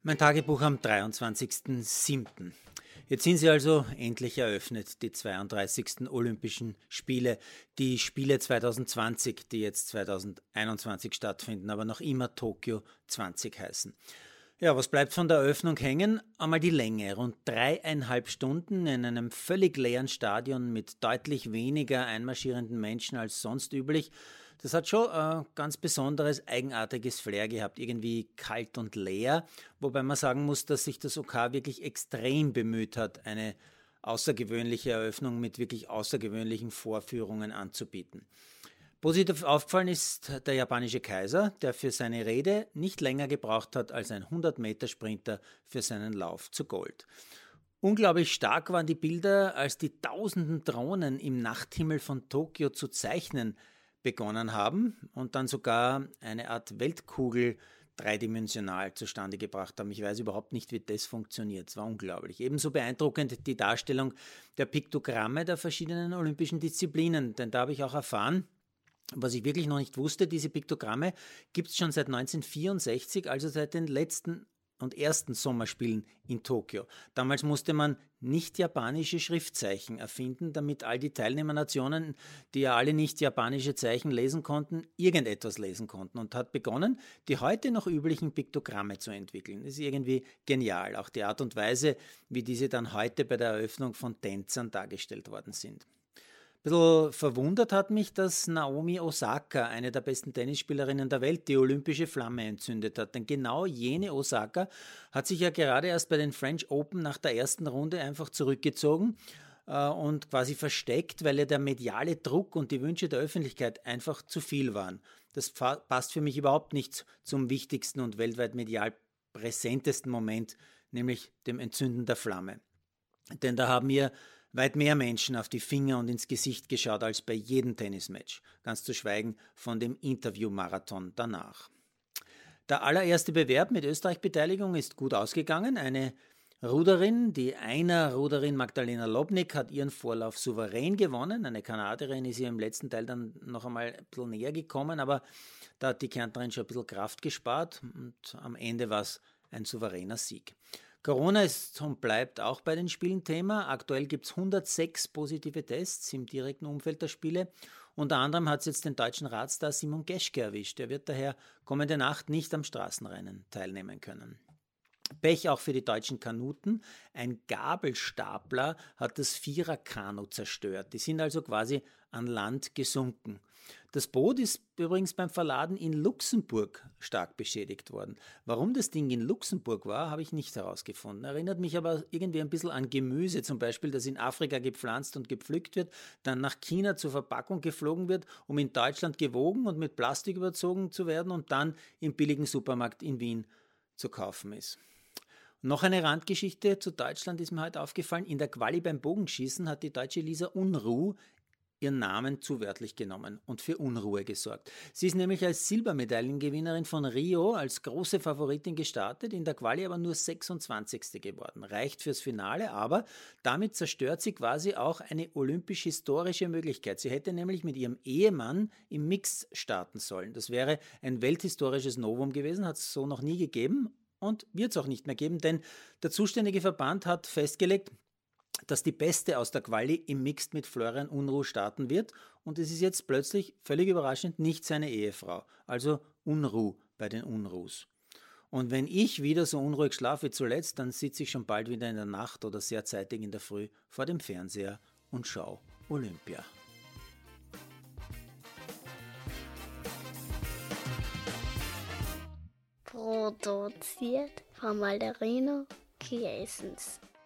Mein Tagebuch am 23.07. Jetzt sind sie also endlich eröffnet, die 32. Olympischen Spiele, die Spiele 2020, die jetzt 2021 stattfinden, aber noch immer Tokio 20 heißen. Ja, was bleibt von der Eröffnung hängen? Einmal die Länge, rund 3,5 Stunden in einem völlig leeren Stadion mit deutlich weniger einmarschierenden Menschen als sonst üblich. Das hat schon ein ganz besonderes, eigenartiges Flair gehabt, irgendwie kalt und leer, wobei man sagen muss, dass sich das OK wirklich extrem bemüht hat, eine außergewöhnliche Eröffnung mit wirklich außergewöhnlichen Vorführungen anzubieten. Positiv aufgefallen ist der japanische Kaiser, der für seine Rede nicht länger gebraucht hat als ein 100-Meter-Sprinter für seinen Lauf zu Gold. Unglaublich stark waren die Bilder, als die tausenden Drohnen im Nachthimmel von Tokio zu zeichnen begonnen haben und dann sogar eine Art Weltkugel dreidimensional zustande gebracht haben. Ich weiß überhaupt nicht, wie das funktioniert. Es war unglaublich. Ebenso beeindruckend die Darstellung der Piktogramme der verschiedenen olympischen Disziplinen, denn da habe ich auch erfahren, was ich wirklich noch nicht wusste, diese Piktogramme gibt es schon seit 1964, also seit den letzten und ersten Sommerspielen in Tokio. Damals musste man nicht japanische Schriftzeichen erfinden, damit all die Teilnehmernationen, die ja alle nicht japanische Zeichen lesen konnten, irgendetwas lesen konnten und hat begonnen, die heute noch üblichen Piktogramme zu entwickeln. Das ist irgendwie genial, auch die Art und Weise, wie diese dann heute bei der Eröffnung von Tänzern dargestellt worden sind. Ein bisschen verwundert hat mich, dass Naomi Osaka, eine der besten Tennisspielerinnen der Welt, die olympische Flamme entzündet hat. Denn genau jene Osaka hat sich ja gerade erst bei den French Open nach der ersten Runde einfach zurückgezogen und quasi versteckt, weil ihr der mediale Druck und die Wünsche der Öffentlichkeit einfach zu viel waren. Das passt für mich überhaupt nicht zum wichtigsten und weltweit medial präsentesten Moment, nämlich dem Entzünden der Flamme. Denn da haben wir weit mehr Menschen auf die Finger und ins Gesicht geschaut als bei jedem Tennismatch, ganz zu schweigen von dem Interviewmarathon danach. Der allererste Bewerb mit Österreich-Beteiligung ist gut ausgegangen. Eine Ruderin, die Einer-Ruderin Magdalena Lobnik, hat ihren Vorlauf souverän gewonnen. Eine Kanadierin ist ihr im letzten Teil dann noch einmal ein bisschen näher gekommen, aber da hat die Kärntnerin schon ein bisschen Kraft gespart und am Ende war es ein souveräner Sieg. Corona ist und bleibt auch bei den Spielen Thema. Aktuell gibt es 106 positive Tests im direkten Umfeld der Spiele. Unter anderem hat es jetzt den deutschen Radstar Simon Geschke erwischt. Er wird daher kommende Nacht nicht am Straßenrennen teilnehmen können. Pech auch für die deutschen Kanuten. Ein Gabelstapler hat das Viererkanu zerstört. Die sind also quasi an Land gesunken. Das Boot ist übrigens beim Verladen in Luxemburg stark beschädigt worden. Warum das Ding in Luxemburg war, habe ich nicht herausgefunden. Erinnert mich aber irgendwie ein bisschen an Gemüse, zum Beispiel, das in Afrika gepflanzt und gepflückt wird, dann nach China zur Verpackung geflogen wird, um in Deutschland gewogen und mit Plastik überzogen zu werden und dann im billigen Supermarkt in Wien zu kaufen ist. Noch eine Randgeschichte zu Deutschland ist mir heute aufgefallen. In der Quali beim Bogenschießen hat die deutsche Lisa Unruh ihren Namen zu wörtlich genommen und für Unruhe gesorgt. Sie ist nämlich als Silbermedaillengewinnerin von Rio als große Favoritin gestartet, in der Quali aber nur 26. geworden. Reicht fürs Finale, aber damit zerstört sie quasi auch eine olympisch-historische Möglichkeit. Sie hätte nämlich mit ihrem Ehemann im Mix starten sollen. Das wäre ein welthistorisches Novum gewesen, hat es so noch nie gegeben und wird es auch nicht mehr geben, denn der zuständige Verband hat festgelegt, dass die Beste aus der Quali im Mixed mit Florian Unruh starten wird und es ist jetzt plötzlich, völlig überraschend, nicht seine Ehefrau, also Unruh bei den Unruhs. Und wenn ich wieder so unruhig schlafe wie zuletzt, dann sitze ich schon bald wieder in der Nacht oder sehr zeitig in der Früh vor dem Fernseher und schaue Olympia. Produziert von Malderino Chiesens.